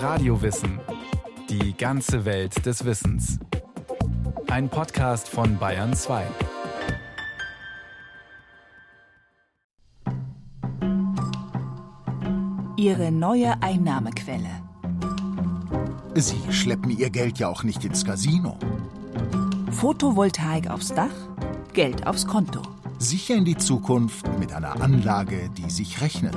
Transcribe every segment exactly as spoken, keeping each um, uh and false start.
Radiowissen. Die ganze Welt des Wissens. Ein Podcast von Bayern zwei. Ihre neue Einnahmequelle. Sie schleppen Ihr Geld ja auch nicht ins Casino. Photovoltaik aufs Dach, Geld aufs Konto. Sicher in die Zukunft mit einer Anlage, die sich rechnet.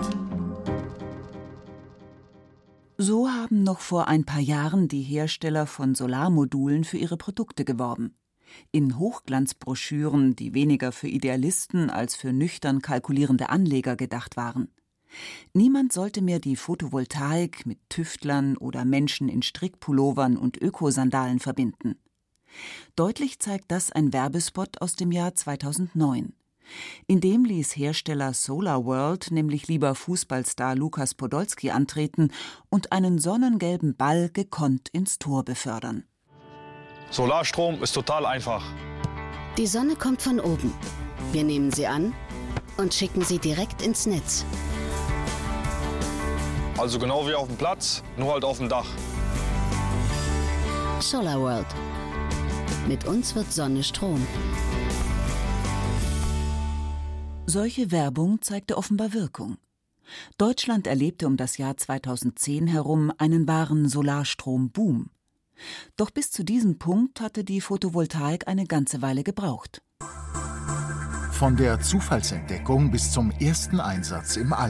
So haben noch vor ein paar Jahren die Hersteller von Solarmodulen für ihre Produkte geworben. In Hochglanzbroschüren, die weniger für Idealisten als für nüchtern kalkulierende Anleger gedacht waren. Niemand sollte mehr die Photovoltaik mit Tüftlern oder Menschen in Strickpullovern und Ökosandalen verbinden. Deutlich zeigt das ein Werbespot aus dem Jahr zweitausendneun. In dem ließ Hersteller SolarWorld nämlich lieber Fußballstar Lukas Podolski antreten und einen sonnengelben Ball gekonnt ins Tor befördern. Solarstrom ist total einfach. Die Sonne kommt von oben. Wir nehmen sie an und schicken sie direkt ins Netz. Also genau wie auf dem Platz, nur halt auf dem Dach. SolarWorld. Mit uns wird Sonne Strom. Solche Werbung zeigte offenbar Wirkung. Deutschland erlebte um das Jahr zweitausendzehn herum einen wahren Solarstrom-Boom. Doch bis zu diesem Punkt hatte die Photovoltaik eine ganze Weile gebraucht. Von der Zufallsentdeckung bis zum ersten Einsatz im All.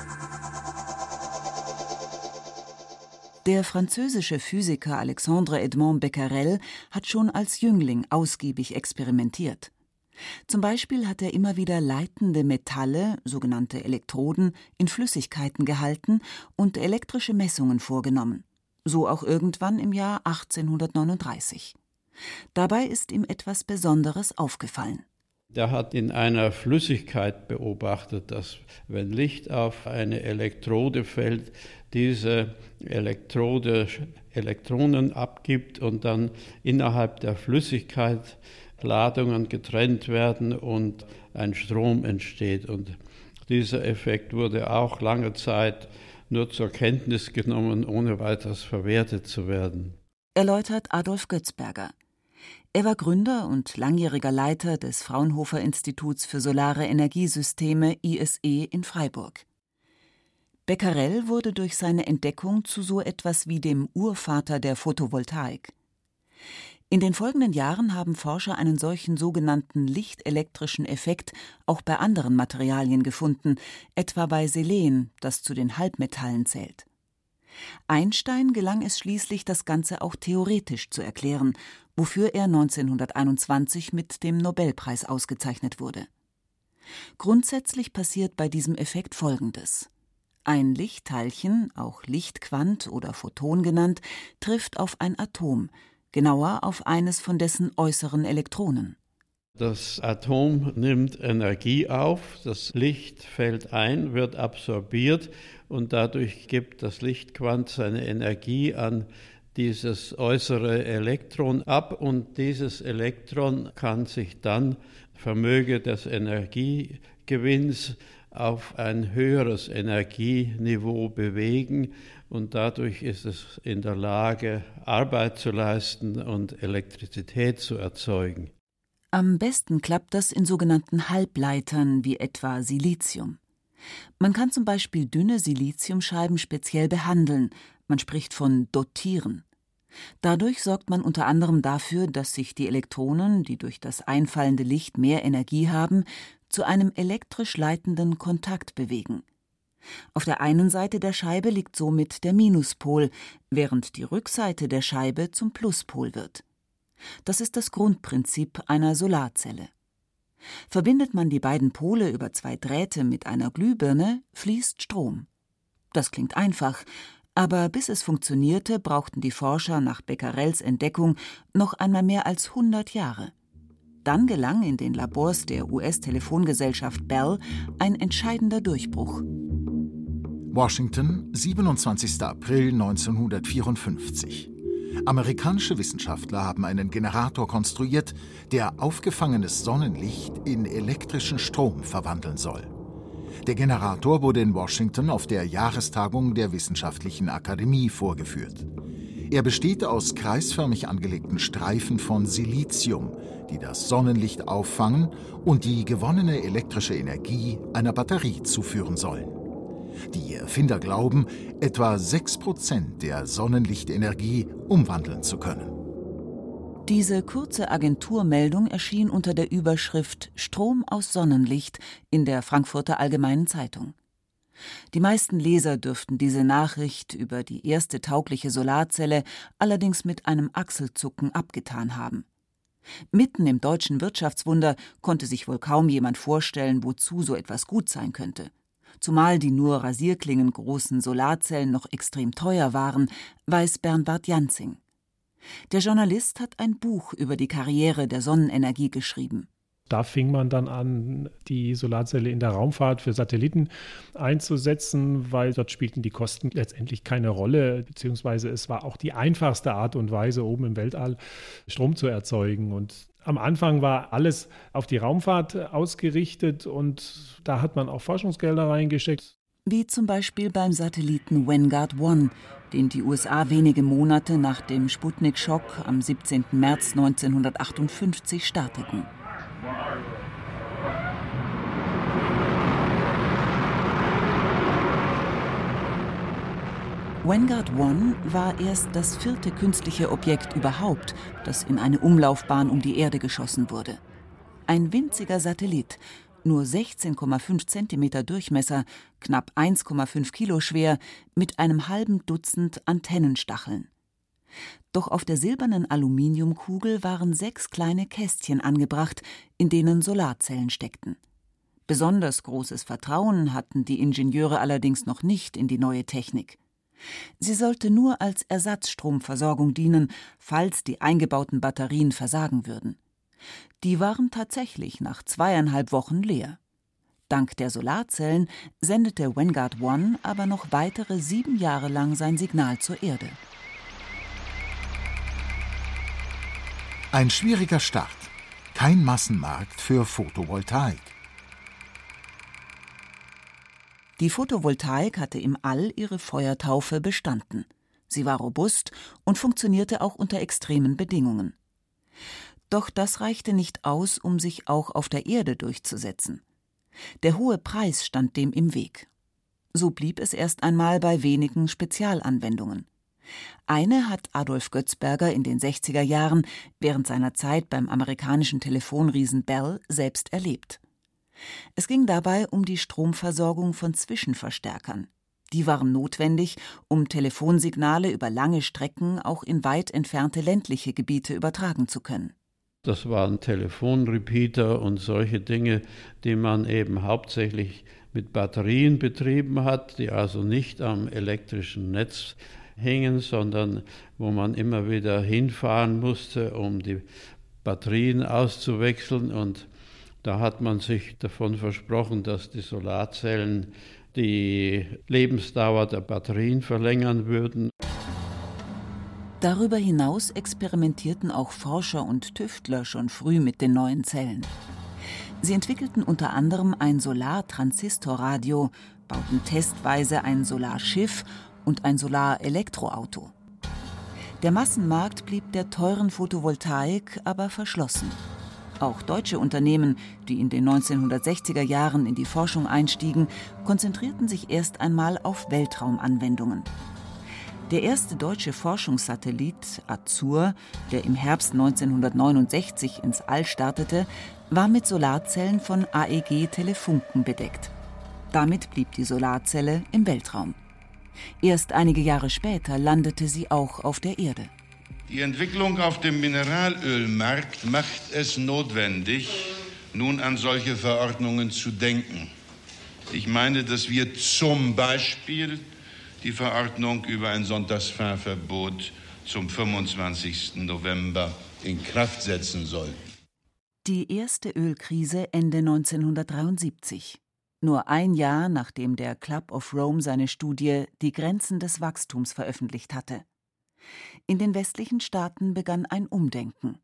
Der französische Physiker Alexandre Edmond Becquerel hat schon als Jüngling ausgiebig experimentiert. Zum Beispiel hat er immer wieder leitende Metalle, sogenannte Elektroden, in Flüssigkeiten gehalten und elektrische Messungen vorgenommen. So auch irgendwann im Jahr achtzehnhundertneununddreißig. Dabei ist ihm etwas Besonderes aufgefallen. Der hat in einer Flüssigkeit beobachtet, dass wenn Licht auf eine Elektrode fällt, diese Elektrode Elektronen abgibt und dann innerhalb der Flüssigkeit Ladungen getrennt werden und ein Strom entsteht. Und dieser Effekt wurde auch lange Zeit nur zur Kenntnis genommen, ohne weiteres verwertet zu werden. Erläutert Adolf Götzberger. Er war Gründer und langjähriger Leiter des Fraunhofer Instituts für Solare Energiesysteme I S E in Freiburg. Becquerel wurde durch seine Entdeckung zu so etwas wie dem Urvater der Photovoltaik. In den folgenden Jahren haben Forscher einen solchen sogenannten lichtelektrischen Effekt auch bei anderen Materialien gefunden, etwa bei Selen, das zu den Halbmetallen zählt. Einstein gelang es schließlich, das Ganze auch theoretisch zu erklären, wofür er neunzehnhunderteinundzwanzig mit dem Nobelpreis ausgezeichnet wurde. Grundsätzlich passiert bei diesem Effekt Folgendes. Ein Lichtteilchen, auch Lichtquant oder Photon genannt, trifft auf ein Atom, genauer auf eines von dessen äußeren Elektronen. Das Atom nimmt Energie auf, das Licht fällt ein, wird absorbiert und dadurch gibt das Lichtquant seine Energie an dieses äußere Elektron ab und dieses Elektron kann sich dann vermöge des Energiegewinns auf ein höheres Energieniveau bewegen und dadurch ist es in der Lage, Arbeit zu leisten und Elektrizität zu erzeugen. Am besten klappt das in sogenannten Halbleitern wie etwa Silizium. Man kann zum Beispiel dünne Siliziumscheiben speziell behandeln, man spricht von dotieren. Dadurch sorgt man unter anderem dafür, dass sich die Elektronen, die durch das einfallende Licht mehr Energie haben, zu einem elektrisch leitenden Kontakt bewegen. Auf der einen Seite der Scheibe liegt somit der Minuspol, während die Rückseite der Scheibe zum Pluspol wird. Das ist das Grundprinzip einer Solarzelle. Verbindet man die beiden Pole über zwei Drähte mit einer Glühbirne, fließt Strom. Das klingt einfach, aber bis es funktionierte, brauchten die Forscher nach Becquerels Entdeckung noch einmal mehr als hundert Jahre. Dann gelang in den Labors der U S-Telefongesellschaft Bell ein entscheidender Durchbruch. Washington, siebenundzwanzigster April neunzehnhundertvierundfünfzig. Amerikanische Wissenschaftler haben einen Generator konstruiert, der aufgefangenes Sonnenlicht in elektrischen Strom verwandeln soll. Der Generator wurde in Washington auf der Jahrestagung der Wissenschaftlichen Akademie vorgeführt. Er besteht aus kreisförmig angelegten Streifen von Silizium, die das Sonnenlicht auffangen und die gewonnene elektrische Energie einer Batterie zuführen sollen. Die Erfinder glauben, etwa sechs Prozent der Sonnenlichtenergie umwandeln zu können. Diese kurze Agenturmeldung erschien unter der Überschrift »Strom aus Sonnenlicht« in der Frankfurter Allgemeinen Zeitung. Die meisten Leser dürften diese Nachricht über die erste taugliche Solarzelle allerdings mit einem Achselzucken abgetan haben. Mitten im deutschen Wirtschaftswunder konnte sich wohl kaum jemand vorstellen, wozu so etwas gut sein könnte. Zumal die nur rasierklingengroßen Solarzellen noch extrem teuer waren, weiß Bernward Janzing. Der Journalist hat ein Buch über die Karriere der Sonnenenergie geschrieben. Da fing man dann an, die Solarzelle in der Raumfahrt für Satelliten einzusetzen, weil dort spielten die Kosten letztendlich keine Rolle, beziehungsweise es war auch die einfachste Art und Weise, oben im Weltall Strom zu erzeugen. Und am Anfang war alles auf die Raumfahrt ausgerichtet und da hat man auch Forschungsgelder reingesteckt. Wie zum Beispiel beim Satelliten Vanguard eins, den die U S A wenige Monate nach dem Sputnik-Schock am siebzehnten März neunzehnhundertachtundfünfzig starteten. Vanguard eins war erst das vierte künstliche Objekt überhaupt, das in eine Umlaufbahn um die Erde geschossen wurde. Ein winziger Satellit, nur sechzehn Komma fünf Zentimeter Durchmesser, knapp eins Komma fünf Kilo schwer, mit einem halben Dutzend Antennenstacheln. Doch auf der silbernen Aluminiumkugel waren sechs kleine Kästchen angebracht, in denen Solarzellen steckten. Besonders großes Vertrauen hatten die Ingenieure allerdings noch nicht in die neue Technik. Sie sollte nur als Ersatzstromversorgung dienen, falls die eingebauten Batterien versagen würden. Die waren tatsächlich nach zweieinhalb Wochen leer. Dank der Solarzellen sendete Vanguard eins aber noch weitere sieben Jahre lang sein Signal zur Erde. Ein schwieriger Start. Kein Massenmarkt für Photovoltaik. Die Photovoltaik hatte im All ihre Feuertaufe bestanden. Sie war robust und funktionierte auch unter extremen Bedingungen. Doch das reichte nicht aus, um sich auch auf der Erde durchzusetzen. Der hohe Preis stand dem im Weg. So blieb es erst einmal bei wenigen Spezialanwendungen. Eine hat Adolf Götzberger in den sechziger Jahren während seiner Zeit beim amerikanischen Telefonriesen Bell selbst erlebt. Es ging dabei um die Stromversorgung von Zwischenverstärkern. Die waren notwendig, um Telefonsignale über lange Strecken auch in weit entfernte ländliche Gebiete übertragen zu können. Das waren Telefonrepeater und solche Dinge, die man eben hauptsächlich mit Batterien betrieben hat, die also nicht am elektrischen Netz hingen, sondern wo man immer wieder hinfahren musste, um die Batterien auszuwechseln. Und da hat man sich davon versprochen, dass die Solarzellen die Lebensdauer der Batterien verlängern würden. Darüber hinaus experimentierten auch Forscher und Tüftler schon früh mit den neuen Zellen. Sie entwickelten unter anderem ein Solartransistorradio, bauten testweise ein Solarschiff und ein Solarelektroauto. Der Massenmarkt blieb der teuren Photovoltaik aber verschlossen. Auch deutsche Unternehmen, die in den neunzehnhundertsechziger Jahren in die Forschung einstiegen, konzentrierten sich erst einmal auf Weltraumanwendungen. Der erste deutsche Forschungssatellit, Azur, der im Herbst neunzehnhundertneunundsechzig ins All startete, war mit Solarzellen von A E G Telefunken bedeckt. Damit blieb die Solarzelle im Weltraum. Erst einige Jahre später landete sie auch auf der Erde. Die Entwicklung auf dem Mineralölmarkt macht es notwendig, nun an solche Verordnungen zu denken. Ich meine, dass wir zum Beispiel die Verordnung über ein Sonntagsfahrverbot zum fünfundzwanzigsten November in Kraft setzen sollten. Die erste Ölkrise Ende neunzehnhundertdreiundsiebzig. Nur ein Jahr, nachdem der Club of Rome seine Studie »Die Grenzen des Wachstums« veröffentlicht hatte. In den westlichen Staaten begann ein Umdenken.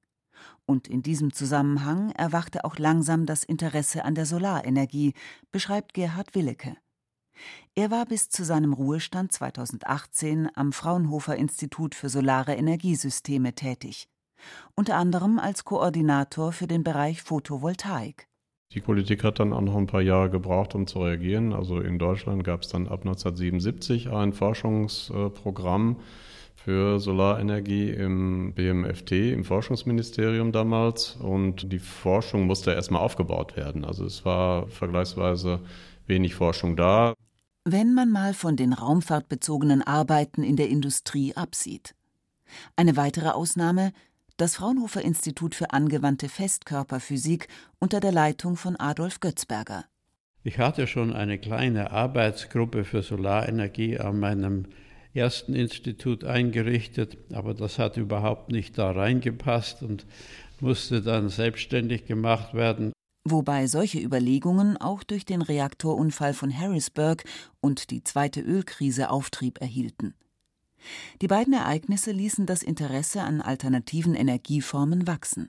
Und in diesem Zusammenhang erwachte auch langsam das Interesse an der Solarenergie, beschreibt Gerhard Willecke. Er war bis zu seinem Ruhestand zweitausendachtzehn am Fraunhofer Institut für Solare Energiesysteme tätig, unter anderem als Koordinator für den Bereich Photovoltaik. Die Politik hat dann auch noch ein paar Jahre gebraucht, um zu reagieren. Also in Deutschland gab es dann ab neunzehnhundertsiebenundsiebzig ein Forschungsprogramm für Solarenergie im B M F T, im Forschungsministerium damals. Und die Forschung musste erstmal aufgebaut werden. Also es war vergleichsweise wenig Forschung da. Wenn man mal von den raumfahrtbezogenen Arbeiten in der Industrie absieht. Eine weitere Ausnahme: das Fraunhofer Institut für angewandte Festkörperphysik unter der Leitung von Adolf Götzberger. Ich hatte schon eine kleine Arbeitsgruppe für Solarenergie an meinem ersten Institut eingerichtet, aber das hat überhaupt nicht da reingepasst und musste dann selbstständig gemacht werden. Wobei solche Überlegungen auch durch den Reaktorunfall von Harrisburg und die zweite Ölkrise Auftrieb erhielten. Die beiden Ereignisse ließen das Interesse an alternativen Energieformen wachsen.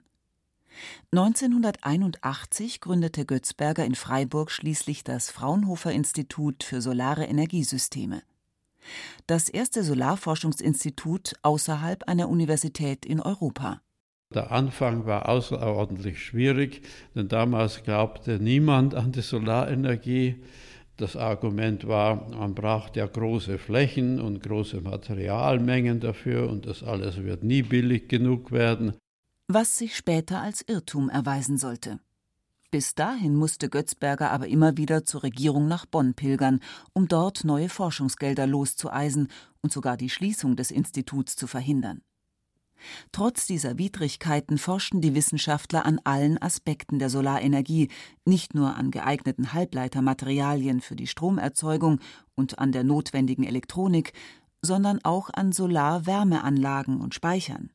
neunzehnhunderteinundachtzig gründete Götzberger in Freiburg schließlich das Fraunhofer Institut für Solare Energiesysteme. Das erste Solarforschungsinstitut außerhalb einer Universität in Europa. Der Anfang war außerordentlich schwierig, denn damals glaubte niemand an die Solarenergie. Das Argument war, man braucht ja große Flächen und große Materialmengen dafür und das alles wird nie billig genug werden. Was sich später als Irrtum erweisen sollte. Bis dahin musste Götzberger aber immer wieder zur Regierung nach Bonn pilgern, um dort neue Forschungsgelder loszueisen und sogar die Schließung des Instituts zu verhindern. Trotz dieser Widrigkeiten forschten die Wissenschaftler an allen Aspekten der Solarenergie, nicht nur an geeigneten Halbleitermaterialien für die Stromerzeugung und an der notwendigen Elektronik, sondern auch an Solarwärmeanlagen und Speichern.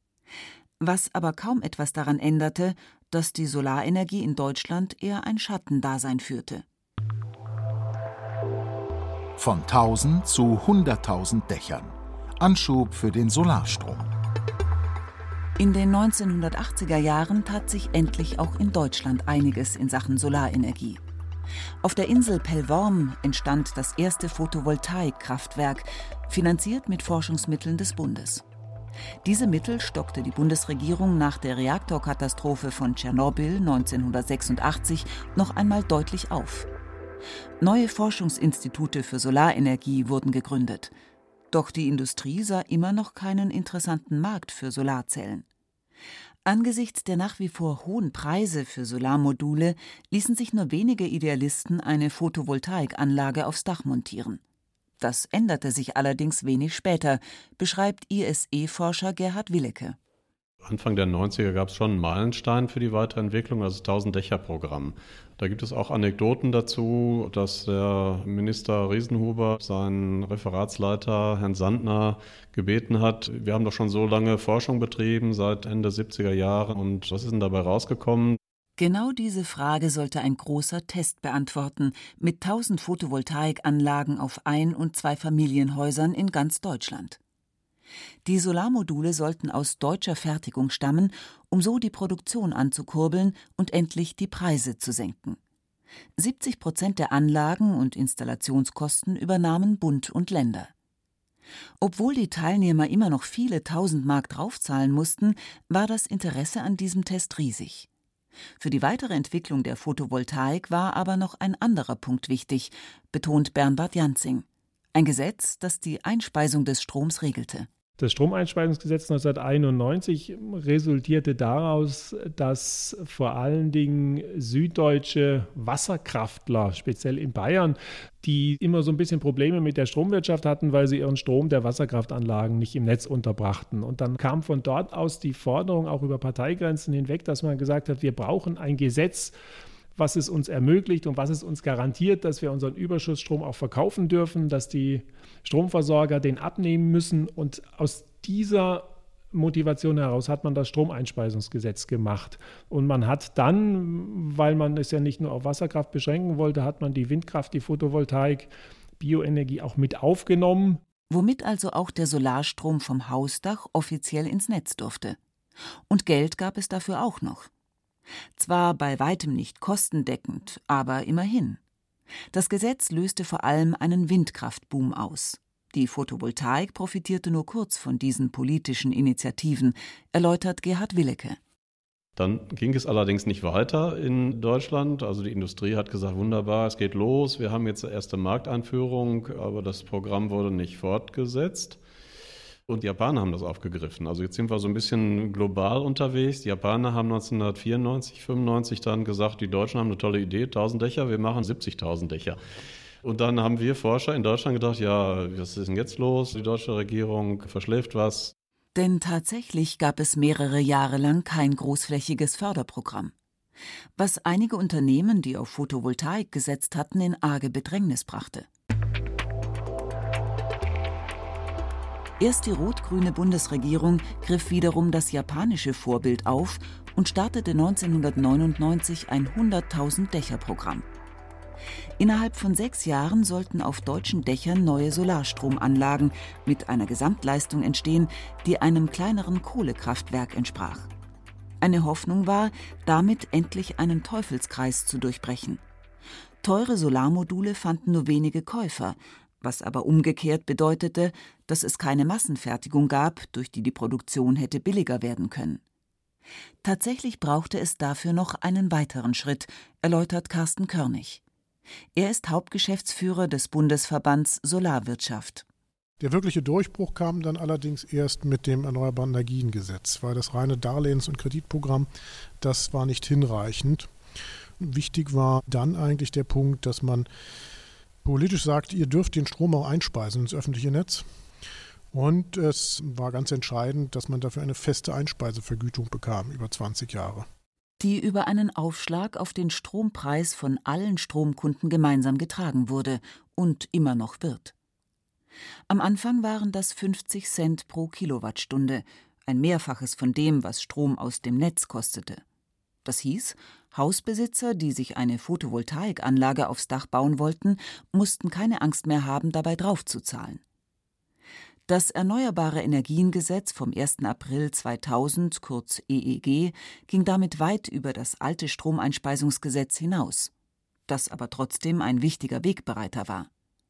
Was aber kaum etwas daran änderte, dass die Solarenergie in Deutschland eher ein Schattendasein führte. Von tausend zu hunderttausend Dächern. Anschub für den Solarstrom. In den neunzehnhundertachtziger Jahren tat sich endlich auch in Deutschland einiges in Sachen Solarenergie. Auf der Insel Pellworm entstand das erste Photovoltaikkraftwerk, finanziert mit Forschungsmitteln des Bundes. Diese Mittel stockte die Bundesregierung nach der Reaktorkatastrophe von Tschernobyl neunzehnhundertsechsundachtzig noch einmal deutlich auf. Neue Forschungsinstitute für Solarenergie wurden gegründet. Doch die Industrie sah immer noch keinen interessanten Markt für Solarzellen. Angesichts der nach wie vor hohen Preise für Solarmodule ließen sich nur wenige Idealisten eine Photovoltaikanlage aufs Dach montieren. Das änderte sich allerdings wenig später, beschreibt I S E-Forscher Gerhard Willecke. Anfang der neunziger gab es schon einen Meilenstein für die Weiterentwicklung, also das tausend-Dächer-Programm. Da gibt es auch Anekdoten dazu, dass der Minister Riesenhuber seinen Referatsleiter Herrn Sandner gebeten hat, wir haben doch schon so lange Forschung betrieben, seit Ende siebziger Jahre, und was ist denn dabei rausgekommen? Genau diese Frage sollte ein großer Test beantworten, mit tausend Photovoltaikanlagen auf Ein- und Zweifamilienhäusern in ganz Deutschland. Die Solarmodule sollten aus deutscher Fertigung stammen, um so die Produktion anzukurbeln und endlich die Preise zu senken. siebzig Prozent der Anlagen und Installationskosten übernahmen Bund und Länder. Obwohl die Teilnehmer immer noch viele tausend Mark draufzahlen mussten, war das Interesse an diesem Test riesig. Für die weitere Entwicklung der Photovoltaik war aber noch ein anderer Punkt wichtig, betont Bernhard Janzing. Ein Gesetz, das die Einspeisung des Stroms regelte. Das Stromeinspeisungsgesetz neunzehnhunderteinundneunzig resultierte daraus, dass vor allen Dingen süddeutsche Wasserkraftler, speziell in Bayern, die immer so ein bisschen Probleme mit der Stromwirtschaft hatten, weil sie ihren Strom der Wasserkraftanlagen nicht im Netz unterbrachten. Und dann kam von dort aus die Forderung, auch über Parteigrenzen hinweg, dass man gesagt hat, wir brauchen ein Gesetz, was es uns ermöglicht und was es uns garantiert, dass wir unseren Überschussstrom auch verkaufen dürfen, dass die Stromversorger den abnehmen müssen. Und aus dieser Motivation heraus hat man das Stromeinspeisungsgesetz gemacht. Und man hat dann, weil man es ja nicht nur auf Wasserkraft beschränken wollte, hat man die Windkraft, die Photovoltaik, Bioenergie auch mit aufgenommen. Womit also auch der Solarstrom vom Hausdach offiziell ins Netz durfte. Und Geld gab es dafür auch noch. Zwar bei weitem nicht kostendeckend, aber immerhin. Das Gesetz löste vor allem einen Windkraftboom aus. Die Photovoltaik profitierte nur kurz von diesen politischen Initiativen, erläutert Gerhard Willecke. Dann ging es allerdings nicht weiter in Deutschland. Also die Industrie hat gesagt, wunderbar, es geht los, wir haben jetzt die erste Markteinführung, aber das Programm wurde nicht fortgesetzt. Und die Japaner haben das aufgegriffen. Also jetzt sind wir so ein bisschen global unterwegs. Die Japaner haben neunzehnhundertvierundneunzig, fünfundneunzig dann gesagt, die Deutschen haben eine tolle Idee, tausend Dächer, wir machen siebzigtausend Dächer. Und dann haben wir Forscher in Deutschland gedacht, ja, was ist denn jetzt los? Die deutsche Regierung verschläft was. Denn tatsächlich gab es mehrere Jahre lang kein großflächiges Förderprogramm, was einige Unternehmen, die auf Photovoltaik gesetzt hatten, in arge Bedrängnis brachte. Erst die rot-grüne Bundesregierung griff wiederum das japanische Vorbild auf und startete neunzehnhundertneunundneunzig ein hunderttausend-Dächer-Programm. Innerhalb von sechs Jahren sollten auf deutschen Dächern neue Solarstromanlagen mit einer Gesamtleistung entstehen, die einem kleineren Kohlekraftwerk entsprach. Eine Hoffnung war, damit endlich einen Teufelskreis zu durchbrechen. Teure Solarmodule fanden nur wenige Käufer, was aber umgekehrt bedeutete, dass es keine Massenfertigung gab, durch die die Produktion hätte billiger werden können. Tatsächlich brauchte es dafür noch einen weiteren Schritt, erläutert Carsten Körnig. Er ist Hauptgeschäftsführer des Bundesverbands Solarwirtschaft. Der wirkliche Durchbruch kam dann allerdings erst mit dem Erneuerbaren Energiengesetz, weil das reine Darlehens- und Kreditprogramm, das war nicht hinreichend. Wichtig war dann eigentlich der Punkt, dass man politisch sagt, ihr dürft den Strom auch einspeisen ins öffentliche Netz. Und es war ganz entscheidend, dass man dafür eine feste Einspeisevergütung bekam über zwanzig Jahre. Die über einen Aufschlag auf den Strompreis von allen Stromkunden gemeinsam getragen wurde und immer noch wird. Am Anfang waren das fünfzig Cent pro Kilowattstunde, ein Mehrfaches von dem, was Strom aus dem Netz kostete. Das hieß, Hausbesitzer, die sich eine Photovoltaikanlage aufs Dach bauen wollten, mussten keine Angst mehr haben, dabei draufzuzahlen. Das Erneuerbare Energiengesetz vom ersten April zweitausend, kurz E E G, ging damit weit über das alte Stromeinspeisungsgesetz hinaus, das aber trotzdem ein wichtiger Wegbereiter war.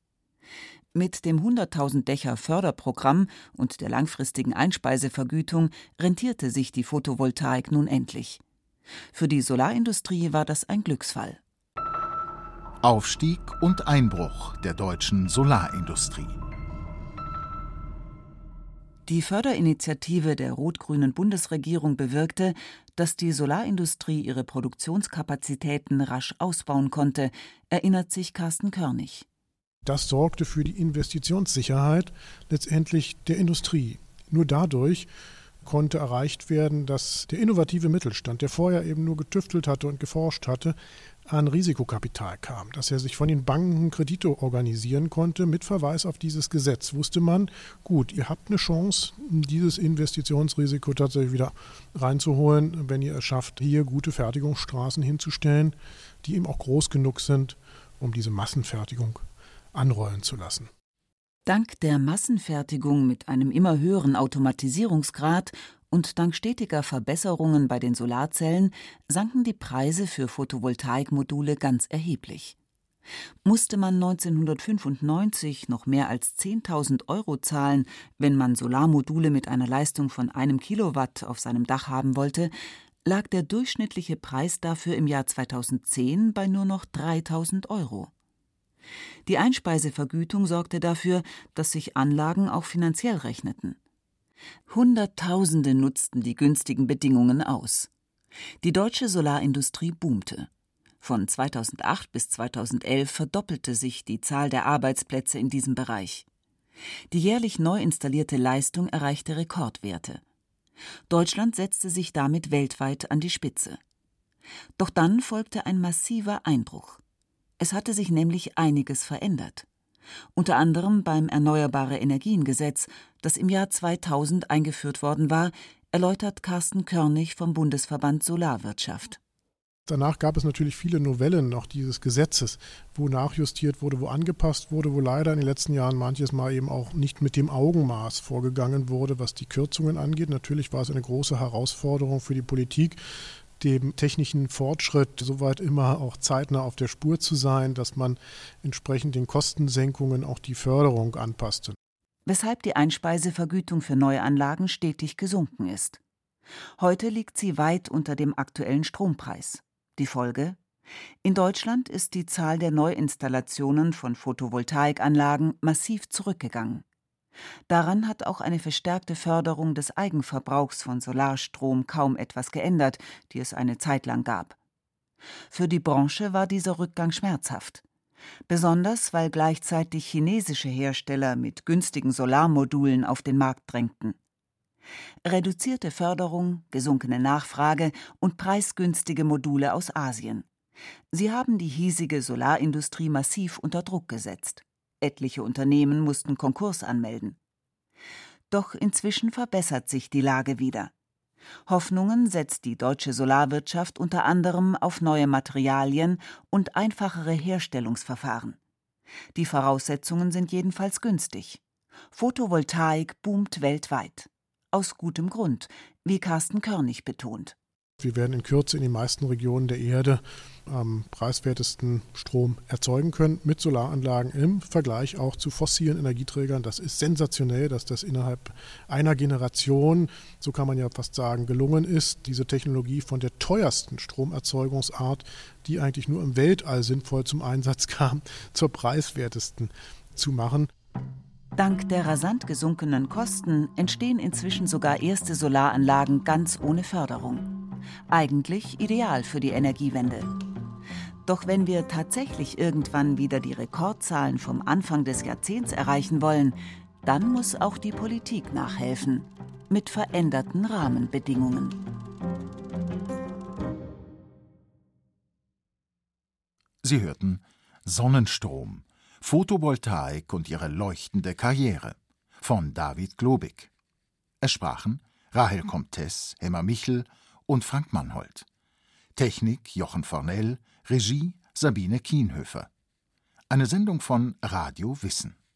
Mit dem hunderttausend Dächer Förderprogramm und der langfristigen Einspeisevergütung rentierte sich die Photovoltaik nun endlich. Für die Solarindustrie war das ein Glücksfall. Aufstieg und Einbruch der deutschen Solarindustrie. Die Förderinitiative der rot-grünen Bundesregierung bewirkte, dass die Solarindustrie ihre Produktionskapazitäten rasch ausbauen konnte, erinnert sich Carsten Körnig. Das sorgte für die Investitionssicherheit letztendlich der Industrie. Nur dadurch konnte erreicht werden, dass der innovative Mittelstand, der vorher eben nur getüftelt hatte und geforscht hatte, an Risikokapital kam, dass er sich von den Banken Kredite organisieren konnte. Mit Verweis auf dieses Gesetz wusste man, gut, ihr habt eine Chance, dieses Investitionsrisiko tatsächlich wieder reinzuholen, wenn ihr es schafft, hier gute Fertigungsstraßen hinzustellen, die eben auch groß genug sind, um diese Massenfertigung anrollen zu lassen. Dank der Massenfertigung mit einem immer höheren Automatisierungsgrad und dank stetiger Verbesserungen bei den Solarzellen sanken die Preise für Photovoltaikmodule ganz erheblich. Musste man neunzehnhundertfünfundneunzig noch mehr als zehntausend Euro zahlen, wenn man Solarmodule mit einer Leistung von einem Kilowatt auf seinem Dach haben wollte, lag der durchschnittliche Preis dafür im Jahr zweitausendzehn bei nur noch dreitausend Euro. Die Einspeisevergütung sorgte dafür, dass sich Anlagen auch finanziell rechneten. Hunderttausende nutzten die günstigen Bedingungen aus. Die deutsche Solarindustrie boomte. Von zweitausendacht bis zweitausendelf verdoppelte sich die Zahl der Arbeitsplätze in diesem Bereich. Die jährlich neu installierte Leistung erreichte Rekordwerte. Deutschland setzte sich damit weltweit an die Spitze. Doch dann folgte ein massiver Einbruch. Es hatte sich nämlich einiges verändert. Unter anderem beim Erneuerbare Energiengesetz, das im Jahr zweitausend eingeführt worden war, erläutert Carsten Körnig vom Bundesverband Solarwirtschaft. Danach gab es natürlich viele Novellen noch dieses Gesetzes, wo nachjustiert wurde, wo angepasst wurde, wo leider in den letzten Jahren manches Mal eben auch nicht mit dem Augenmaß vorgegangen wurde, was die Kürzungen angeht. Natürlich war es eine große Herausforderung für die Politik, dem technischen Fortschritt soweit immer auch zeitnah auf der Spur zu sein, dass man entsprechend den Kostensenkungen auch die Förderung anpasste. Weshalb die Einspeisevergütung für Neuanlagen stetig gesunken ist. Heute liegt sie weit unter dem aktuellen Strompreis. Die Folge? In Deutschland ist die Zahl der Neuinstallationen von Photovoltaikanlagen massiv zurückgegangen. Daran hat auch eine verstärkte Förderung des Eigenverbrauchs von Solarstrom kaum etwas geändert, die es eine Zeit lang gab. Für die Branche war dieser Rückgang schmerzhaft. Besonders, weil gleichzeitig chinesische Hersteller mit günstigen Solarmodulen auf den Markt drängten. Reduzierte Förderung, gesunkene Nachfrage und preisgünstige Module aus Asien. Sie haben die hiesige Solarindustrie massiv unter Druck gesetzt. Etliche Unternehmen mussten Konkurs anmelden. Doch inzwischen verbessert sich die Lage wieder. Hoffnungen setzt die deutsche Solarwirtschaft unter anderem auf neue Materialien und einfachere Herstellungsverfahren. Die Voraussetzungen sind jedenfalls günstig. Photovoltaik boomt weltweit. Aus gutem Grund, wie Carsten Körnig betont. Wir werden in Kürze in den meisten Regionen der Erde am preiswertesten Strom erzeugen können mit Solaranlagen im Vergleich auch zu fossilen Energieträgern. Das ist sensationell, dass das innerhalb einer Generation, so kann man ja fast sagen, gelungen ist, diese Technologie von der teuersten Stromerzeugungsart, die eigentlich nur im Weltall sinnvoll zum Einsatz kam, zur preiswertesten zu machen. Dank der rasant gesunkenen Kosten entstehen inzwischen sogar erste Solaranlagen ganz ohne Förderung. Eigentlich ideal für die Energiewende. Doch wenn wir tatsächlich irgendwann wieder die Rekordzahlen vom Anfang des Jahrzehnts erreichen wollen, dann muss auch die Politik nachhelfen. Mit veränderten Rahmenbedingungen. Sie hörten Sonnenstrom, Photovoltaik und ihre leuchtende Karriere von David Globig. Es sprachen Rahel Comtes, Emma Michel und Frank Mannhold. Technik Jochen Fornell, Regie Sabine Kienhöfer. Eine Sendung von Radio Wissen.